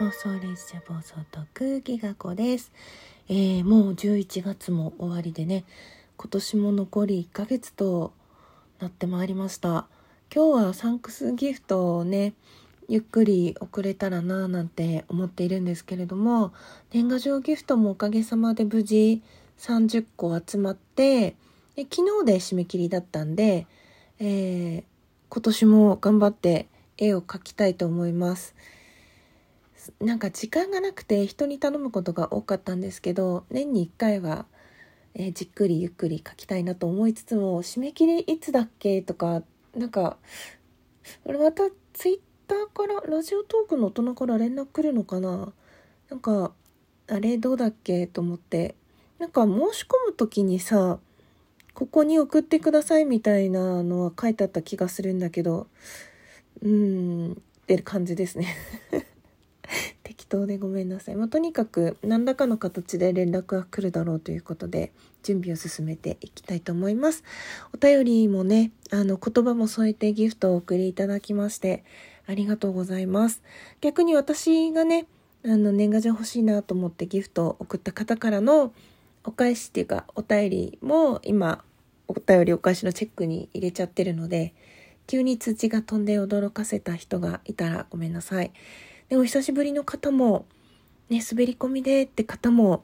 妄想列車暴走特技がこです。もう11月も終わりでね、今年も残り1ヶ月となってまいりました。今日はサンクスギフトをね、ゆっくり送れたらななんて思っているんですけれども、年賀状ギフトもおかげさまで無事30個集まって、昨日で締め切りだったんで、今年も頑張って絵を描きたいと思います。なんか時間がなくて人に頼むことが多かったんですけど、年に1回は、じっくりゆっくり描きたいなと思いつつも、締め切りいつだっけとか、なんかこれまたツイッターからラジオトークの大人から連絡来るのかな、なんかあれどうだっけと思って、なんか申し込む時にさ、ここに送ってくださいみたいなのは書いてあった気がするんだけど、って感じですね適当でごめんなさい。とにかく何らかの形で連絡が来るだろうということで、準備を進めていきたいと思います。お便りもね、言葉も添えてギフトをお送りいただきましてありがとうございます。逆に私がね、年賀状欲しいなと思ってギフトを送った方からのお返しっていうか、お便りも今お便りお返しのチェックに入れちゃってるので、急に通知が飛んで驚かせた人がいたらごめんなさい。で、お久しぶりの方も、ね、滑り込みでって方も、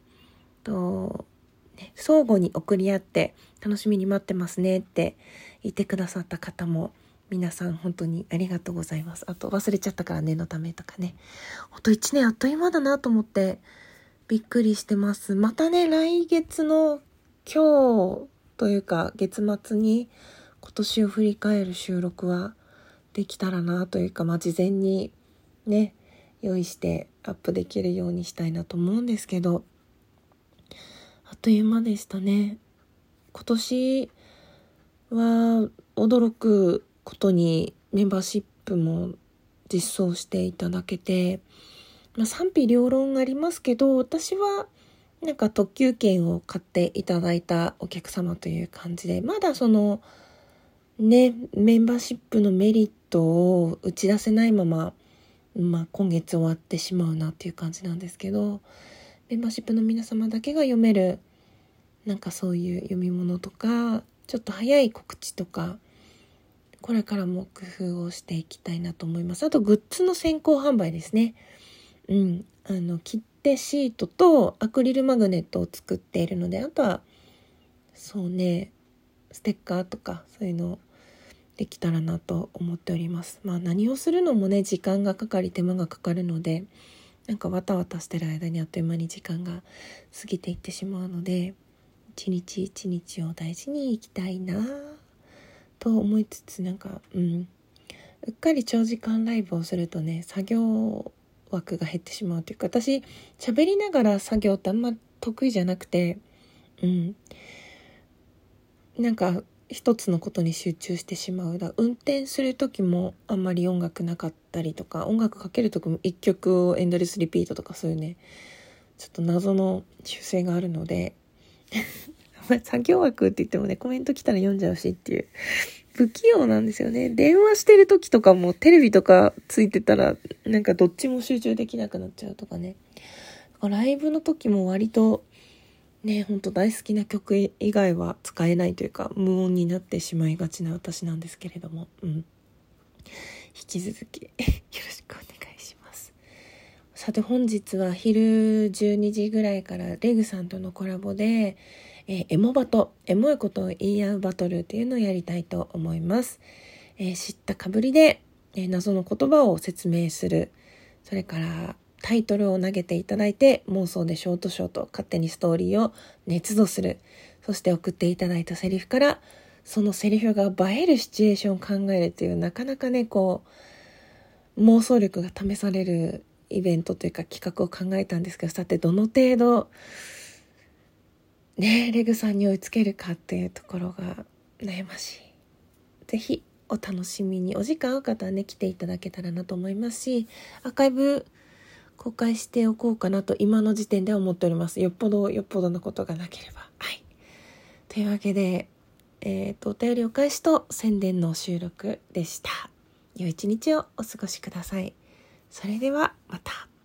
相互に送り合って楽しみに待ってますねって言ってくださった方も、皆さん本当にありがとうございます。あと忘れちゃったから念のためとかね。ほんと1年あっという間だなと思ってびっくりしてます。またね、来月の今日というか月末に今年を振り返る収録はできたらなというか、事前にね、用意してアップできるようにしたいなと思うんですけど、あっという間でしたね。今年は驚くことにメンバーシップも実装していただけて、賛否両論ありますけど、私はなんか特急券を買っていただいたお客様という感じで、まだそのね、メンバーシップのメリットを打ち出せないまま、今月終わってしまうなっていう感じなんですけど、メンバーシップの皆様だけが読めるなんかそういう読み物とか、ちょっと早い告知とか、これからも工夫をしていきたいなと思います。あとグッズの先行販売ですね。切手シートとアクリルマグネットを作っているので、あとはそうね、ステッカーとかそういうのできたらなと思っております。何をするのもね、時間がかかり手間がかかるので、なんかわたわたしてる間にあっという間に時間が過ぎていってしまうので、一日一日を大事に生きたいなと思いつつ、うっかり長時間ライブをするとね、作業枠が減ってしまうというか、私喋りながら作業ってあんま得意じゃなくて、なんか一つのことに集中してしまう。運転する時もあんまり音楽なかったりとか、音楽かける時も一曲をエンドレスリピートとか、そういうね、ちょっと謎の習性があるので作業枠って言ってもね、コメント来たら読んじゃうしっていう不器用なんですよね。電話してる時とかもテレビとかついてたらなんかどっちも集中できなくなっちゃうとかね。ライブの時も割とね、ほんと大好きな曲以外は使えないというか、無音になってしまいがちな私なんですけれども、引き続きよろしくお願いします。さて本日は昼12時ぐらいからレグさんとのコラボで、エモバト、エモいことを言い合うバトルっていうのをやりたいと思います。知ったかぶりで、謎の言葉を説明する。それからタイトルを投げていただいて、妄想でショート勝手にストーリーを捏造する。そして送っていただいたセリフから、そのセリフが映えるシチュエーションを考えるという、なかなかね、妄想力が試されるイベントというか企画を考えたんですけど、さてどの程度ね、レグさんに追いつけるかっていうところが悩ましい。ぜひお楽しみに。お時間合う方はね、来ていただけたらなと思いますし、アーカイブ公開しておこうかなと今の時点では思っております。よっぽどのことがなければ。はい。というわけで、お便りお返しと宣伝の収録でした。良い一日をお過ごしください。それではまた。